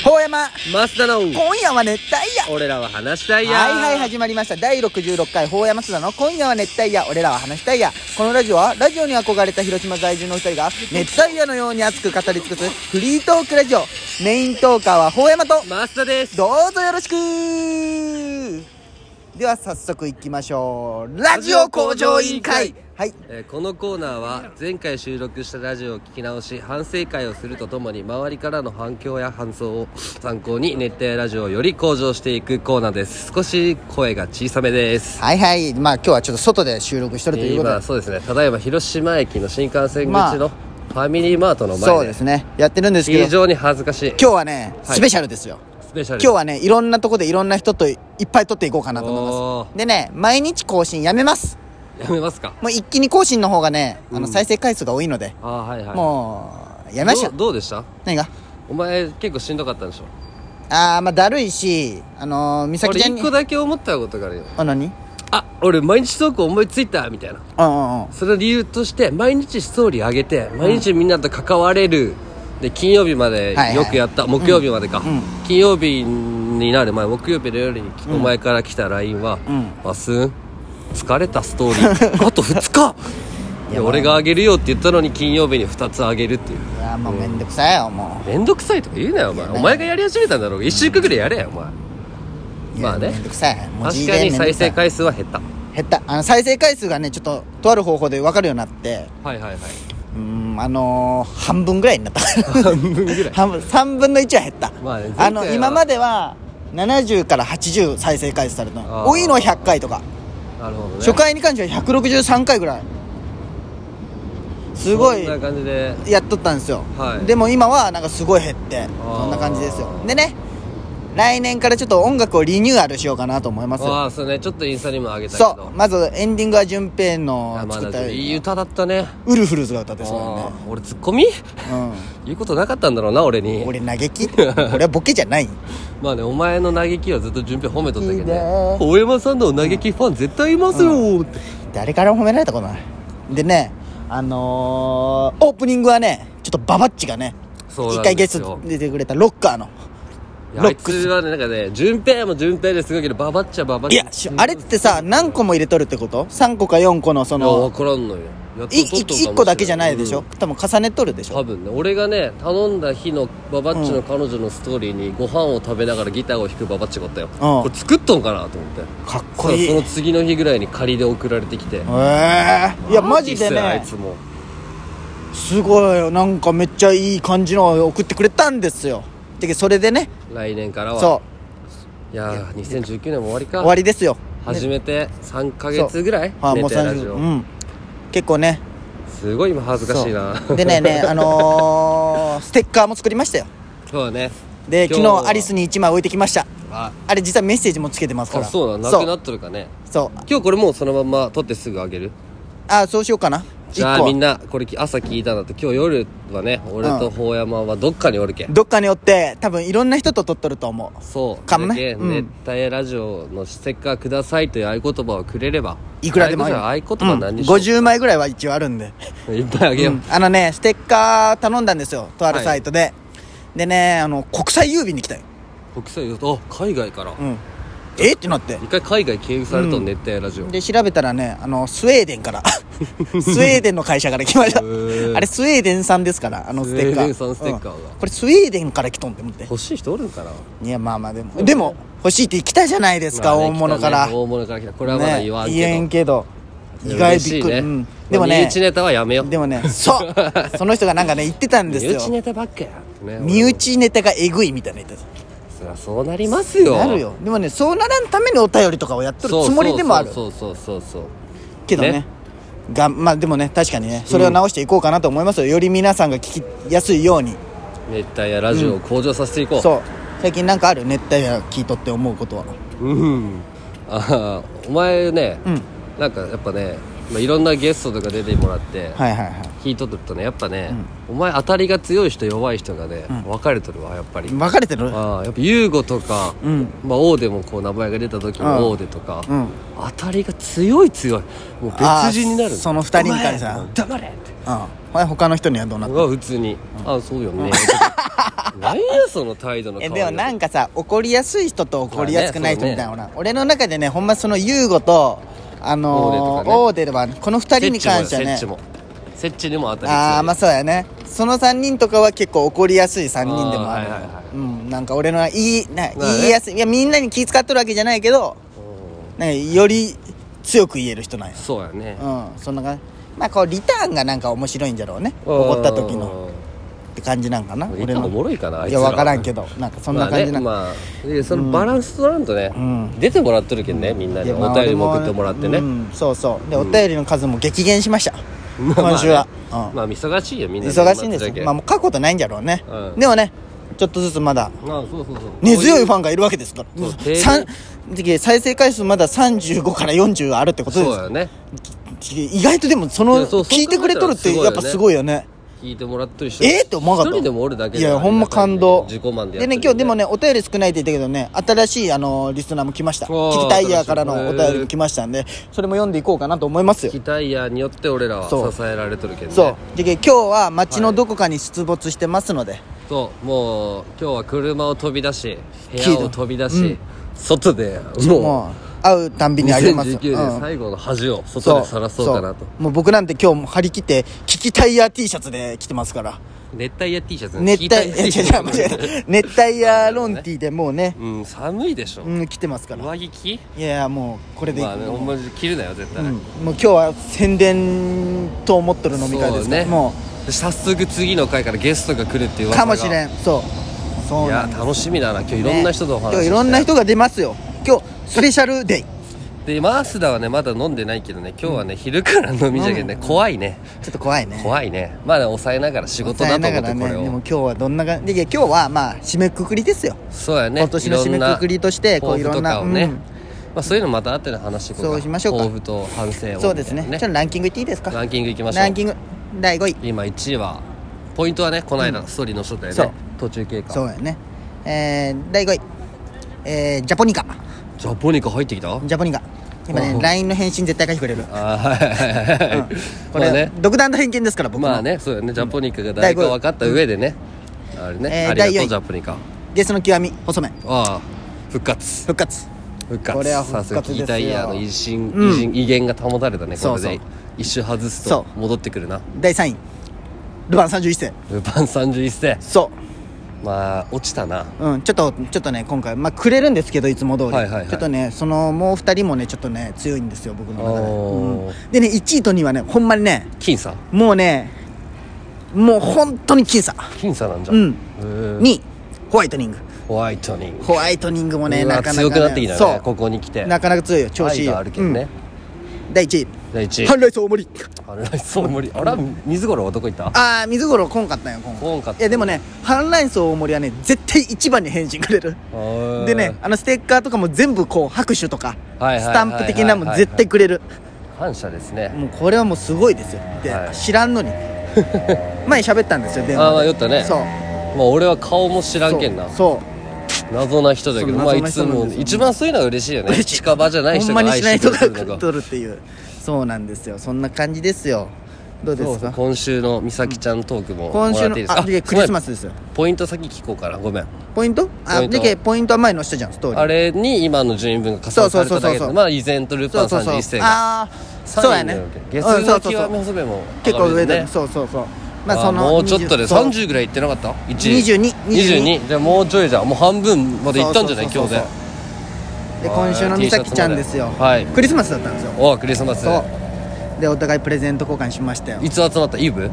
ほうやま増田の今夜は熱帯夜。 俺らは話したいや。 はい、始まりました。第66回ほうやま増田の今夜は熱帯夜、俺らは話したいや。このラジオはラジオに憧れた広島在住の二人が熱帯夜のように熱く語り尽くすフリートークラジオ。メイントーカーはほうやまと増田です。 どうぞよろしく。では早速いきましょう。ラジオ向上委員会。はい、 このコーナーは前回収録したラジオを聞き直し反省会をするとともに周りからの反響や感想を参考に熱帯夜ラジオをより向上していくコーナーです。少し声が小さめです。 はい、まあ今日はちょっと外で収録してるということで、 今そうですね、ただいま広島駅の新幹線口のファミリーマートの前で、 そうですね、やってるんですけど非常に恥ずかしい。 今日はね、スペシャルですよ。今日はね、いろんなとこでいろんな人といっぱい撮っていこうかなと思います。でね、毎日更新やめます。 やめますか？ もう一気に更新の方がね、再生回数が多いので、もうやめました。 どうでした？何が？ お前結構しんどかったんでしょ？ まあだるいし、美咲ちゃんに俺一個だけ思ったことがあるよ。 何？ 俺毎日トーク思いついたみたいな。その理由として毎日ストーリー上げて毎日みんなと関われる。で金曜日までよくやった、木曜日までか、金曜日になる前木曜日の夜にお前から来た LINE は、マスン疲れたストーリーあと2日いや俺があげるよって言ったのに金曜日に2つあげるっていう。 いやもうめんどくさいよ。もうめんどくさいとか言うなよお前。お前がやり始めたんだろう。1週間ぐらいやれよお前。まあね、 めんどくさい。 確かに再生回数は減った。 再生回数がねちょっととある方法で分かるようになって、半分ぐらいになった半分ぐらい 3分の1は減った、今までは70から80再生回数されたの。多いのは100回とか。 なるほどね。 初回に関しては163回ぐらいすごいそんな感じでやっとったんですよ、でも今はなんかすごい減ってそんな感じですよ。でね、来年からちょっと音楽をリニューアルしようかなと思います。 そうね、ちょっとインスタにも上げたけど。 そう、まずエンディングは順平の作ったいい歌だったね。 ウルフルズが歌ってそうだね。 俺ツッコミ？言うことなかったんだろうな俺に。 俺嘆き俺はボケじゃないまあね、お前の嘆きはずっと順平褒めとったけどね。大山さんの嘆きファン絶対いますよって、 誰からも褒められたことない。でね、オープニングはねちょっとババッチがね一回ゲスト出てくれたロッカーのあいつはね、なんかね、順平も順平ですごいけど、ババッチャババッチャ。 いや、あれってさ、何個も入れとるってこと？ 3 個か4個のその。 いや、分からんのよ。 1個だけじゃないでしょ？多分重ねとるでしょ？ 多分ね、俺がね、頼んだ日のババッチの彼女のストーリーにご飯を食べながらギターを弾くババッチがおったよ。これ作っとんかなと思って。 かっこいい。 その次の日ぐらいに仮で送られてきて。 いや、マジでね。 あいつも。 すごいよ。なんかめっちゃいい感じのを送ってくれたんですよ。それでね、 来年からはそういやー2019年も終わりか。 終わりですよ。 初めて3ヶ月ぐらいもうラジオ、結構ねすごい今恥ずかしいな。 でねステッカーも作りましたよ。 そうね。 で昨日アリスに1枚置いてきました。あれ実はメッセージもつけてますから。 そうな、なくなっとるかね。そう今日これもうそのまま撮ってすぐあげる。 そうしようかな。 じゃあみんなこれ朝聞いたんだって、今日夜はね俺と法山はどっかにおるけん、 どっかにおって多分いろんな人と撮っとると思う。 そうかもね、 熱帯夜ラジオのステッカーくださいという合言葉をくれればいくらでも合言葉何にしよう、 50枚ぐらいは一応あるんでいっぱいあげよう、 ステッカー頼んだんですよ、とあるサイトで、でね国際郵便で来たよ。 国際海外から、 ってなって一回海外経由されたの、熱帯夜ラジオで調べたらねスウェーデンからスウェーデンの会社から来ましたあれスウェーデン産ですから、ステッカー、 スウェーデン産ステッカーが、 これスウェーデンから来とんって思って。 欲しい人おるんかな。 いやまあでも欲しいって来たじゃないですか、大物から、 大物から来た。これはまだ言わんけど、 言えんけど意外びっくり、でもね身内ネタはやめよう。 でもねその人がなんかね言ってたんですよ。 身内ネタばっかや、 身内ネタがエグいみたいな言ってた。 そりゃそうなりますよ。 なるよ。でもねそうならんためにお便りとかをやっとるつもりでもある。 そうけどねまあでもね確かにねそれを直していこうかなと思いますよ、より皆さんが聞きやすいように熱帯夜ラジオを向上させていこう、 そう最近なんかある？熱帯夜聞いとって思うことは。 お前ね、なんかやっぱね、いろんなゲストとか出てもらって聞いとるとね、やっぱね、お前当たりが強い人弱い人がね、分かれとるわ。やっぱり分かれてる。 やっぱユーゴとか、王でもこう名前が出た時の王でとか、当たりが強いもう別人になる。 その2人からさ黙れって、 他の人にはどうなった？ 普通にそうよね何やその態度の変わりでもなんかさ、怒りやすい人と怒りやすくない人みたいな、俺の中でね、ほんまそのユーゴとオーデルはこの2人に関してはね、 セッチにも当たり強い。 ああまあそうやね。その3人とかは結構怒りやすい3人でもある。なんか俺の言いやすい、いやみんなに気遣っとるわけじゃないけど、より強く言える人なんや。 そうやね。 そんな感じ。まあこうリターンがなんか面白いんじゃろうね、怒った時のって感じなんかな。 リターンおもろいかな、あいつら。いや分からんけど、なんかそんな感じな。 まあそのバランス取らんとね、出てもらってるけどね、みんなでお便りも送ってもらってね。 そうそうで、お便りの数も激減しました、今週は。 まあ忙しいよ、みんな忙しいんですよ。まあもう書くことないんじゃろうね。でもね、ちょっとずつまだ根強いファンがいるわけですから。再生回数まだ35から40あるってことです。 そうやね。 意外とでも聞いてくれとるってやっぱすごいよね。 聞いてもらってる人って思わなかった。 一人でもおるだけで、いやほんま感動。 自己満ででね、今日でもね、お便り少ないって言ったけどね、新しいリスナーも来ました。キキタイヤーからのお便りも来ましたんで、それも読んでいこうかなと思いますよ。 キキタイヤーによって俺らは支えられとるけどね。 そうで、今日は街のどこかに出没してますので、 そうもう今日は車を飛び出し、部屋を飛び出し、外でもう会うたんびにあげます。 2019年最後の恥を外で晒そうかなと。 もう僕なんて今日も張り切ってキキタイヤー T シャツで着てますから。 熱帯夜 T シャツ、 熱帯夜ロン T でもうね、 寒いでしょ。 着てますから。 上着着？ いやもうこれでいい。 まあね、ほんまに着るなよ絶対。 もう今日は宣伝と思っとる飲み会ですから。もう早速次の回からゲストが来るっていう噂がかもしれん。そういや楽しみだな。今日いろんな人とお話して、 今日いろんな人が出ますよ。今日スペシャルデイで、マースダはねまだ飲んでないけどね、今日はね、昼から飲みじゃけんね、怖いね。 ちょっと怖いね。 まあね、抑えながら仕事だと思ってこれを。 でも今日はどんな感じで、今日はまあ締めくくりですよ。 そうやね。 今年の締めくくりとしてこういろんなまあそういうのまた後で話していこうか。 そうしましょうか。 抱負と反省を。 そうですね。ちょっとランキングいっていいですか。 ランキングいきましょう。 ランキング第5位。 今1位はポイントはね、この間ストーリーの人だよね。途中経過。 そうやね。第5位ジャポニカ。 ジャポニカ入ってきた？ ジャポニカ今ね、LINE の返信絶対書いてくれる。これね、独断と偏見ですから僕も。 まあね、そうよね。ジャポニカが誰か分かった上でね、あれね、ありがとうジャポニカ。 ゲスの極み細麺。 復活。 これは復活ですよ。 キキタイヤーの威厳が保たれたね。これで一周外すと戻ってくるな。 第3位ルパン31世。 ルパン31世。 そうまあ落ちたな。 ちょっとね今回くれるんですけど、いつも通りちょっとね、そのもう2人もねちょっとね強いんですよ僕の中で。でね、1位と2位はねほんまにね僅差。 もう本当に僅差なんじゃ。 2位ホワイトニングもねなかなか強くなってきたね。ここに来てなかなか強いよ。調子いいよ。第1位ハンライス大盛り。 あら、水五郎はどこ行った？ 水五郎来んかったよ。いやでもね、ハンライス大盛りはね絶対一番に返信くれる。でね、ステッカーとかも全部こう拍手とかスタンプ的なも絶対くれる。 感謝ですね。 もうこれはもうすごいですよ。で知らんのに前喋ったんですよ電話で。 言ったね。そう、まあ俺は顔も知らんけんな。謎な人だけど、まあいつも一番そういうのは嬉しいよね。近場じゃない人が愛してくれるのが。ほんまにしない人が来とるっていう。そうなんですよ。そんな感じですよ。どうですか？今週の美咲ちゃんトークももらっていいですか？クリスマスですよ。ポイント先聞こうかな。ごめん。ポイントは前の人じゃん、ストーリー。あれに今の順位分が加算されただけで、まあ依然とルパン31世がそうやね。月の極み細めも結構上で、そうまあそのもうちょっとで30ぐらいいってなかった？ 22。じゃあもうちょいじゃん。もう半分までいったんじゃない今日で。で今週の美咲ちゃんですよ。クリスマスだったんですよ。クリスマスでお互いプレゼント交換しましたよ。いつ集まった？イブ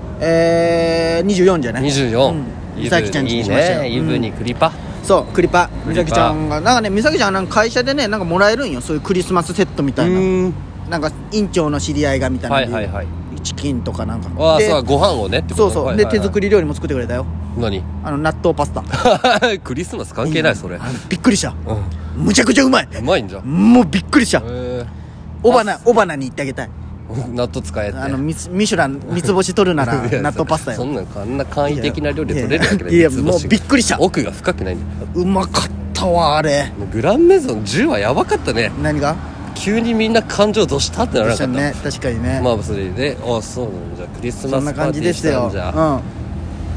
24じゃない？24。美咲ちゃんちにしましたよ。イブにクリパ。そうクリパ。美咲ちゃんがなんかね、美咲ちゃんなんか会社でねなんかもらえるんよ、そういうクリスマスセットみたいな。なんか院長の知り合いがみたいなチキンとかなんかそうご飯をねってこと。そうで手作り料理も作ってくれたよ。何？納豆パスタ。クリスマス関係ないそれ。びっくりした。むちゃくちゃうまい。うまいんじゃん。もうびっくりした。尾花に行ってあげたい。納豆使えってミシュラン三つ星取るなら納豆パスタよ。そんなあんな簡易的な料理取れるわけない。いやもうびっくりした。奥が深くないんだよ。うまかったわあれ。グランメゾン10はやばかったね。何が？急にみんな感情どうしたってならなかったね。確かにね。まあそれでそうなんじゃクリスマスパーティーしたんじゃ。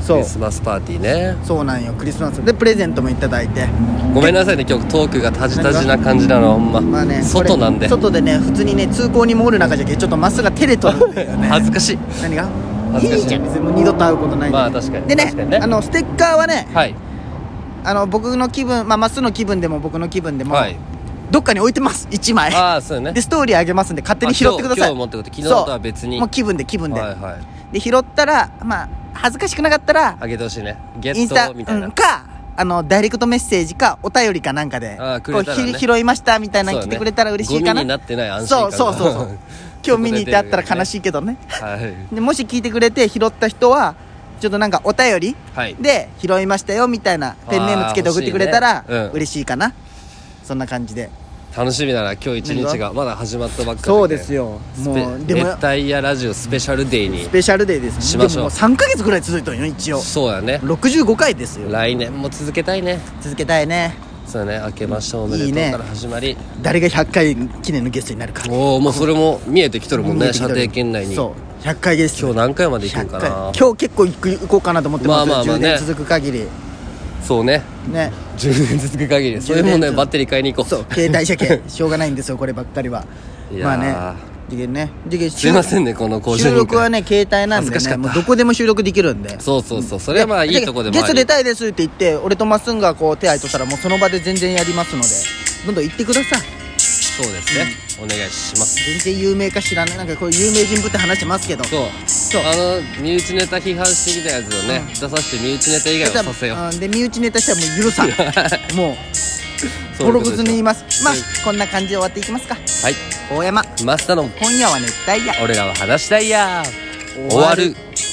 そうクリスマスパーティーね。 そうなんよ、クリスマスでプレゼントもいただいて。 ごめんなさいね、今日トークがタジタジな感じなの。ほんま、 まあね、 外なんで。 外でね、普通にね、通行にもおる中じゃけちょっとまっすぐ照れとるんだよね恥ずかしい。 何が恥ずかしい。 いいじゃん、別にもう二度と会うことないんで。 まあ確かに。 でね、 確かにね、 ステッカーはね、 はい、 僕の気分、まっすぐの気分でも僕の気分でも、 はい、 どっかに置いてます1枚。 ああ、そうよね。 でストーリーあげますんで勝手に拾ってください。 今日持ってくる。昨日とは別に。 もう気分で、 はいはい、 で拾ったら、まあ恥ずかしくなかったらあげてほしいね。ゲインスタットみたいな、 かダイレクトメッセージかお便りかなんかでくれたらね、 こう拾いましたみたいなの来てくれたら嬉しいかな。 ゴミになってない安心感。 そう今日見に行ってあったら悲しいけどねはい、 でもし聞いてくれて拾った人はちょっとなんかお便りで拾いましたよみたいなペンネームつけて送ってくれたら嬉しいかな。そんな感じで楽しみだな。今日一日がまだ始まったばっかりで。 そうですよ。もうでも熱帯夜ラジオスペシャルデーに、 スペシャルデーですね。 しましょう。 でももう3ヶ月ぐらい続いたのよ一応。 そうやね。 65回ですよ。 来年も続けたいね。 続けたいね。 そうね。明けましておめでとうから始まり、いいね、 誰が100回記念のゲストになるか。 おお、もうそれも見えてきとるもんね、射程圏内に。 そう100回ゲスト。 今日何回まで行くんかな。 今日結構行こうかなと思ってます。 まあ、ね、 10年続く限り。 そうね。 ね。 10年続く限り。それもね、バッテリー買いに行こう。 そう、携帯車検しょうがないんですよこればっかりは。 いやー、 まあね。 すいませんね、この講習収録はね携帯なんでね、もうどこでも収録できるんで。 そうそれはまあいいとこでもあり、 ゲスト出たいですって言って俺とまっすんがこう手合いとったらもうその場で全然やりますのでどんどん言ってください。 そうですね、お願いします。 全然有名か知らない、なんかこういう有名人ぶって話してますけど、そう身内ネタ批判してきたやつをね、出させて身内ネタ以外はさせよう。 で身内ネタしたらもう許さんもうボロクズに言います。まあこんな感じで終わっていきますか。はい、大山マスタの今夜は熱帯夜、 俺らは話したいや。終わる。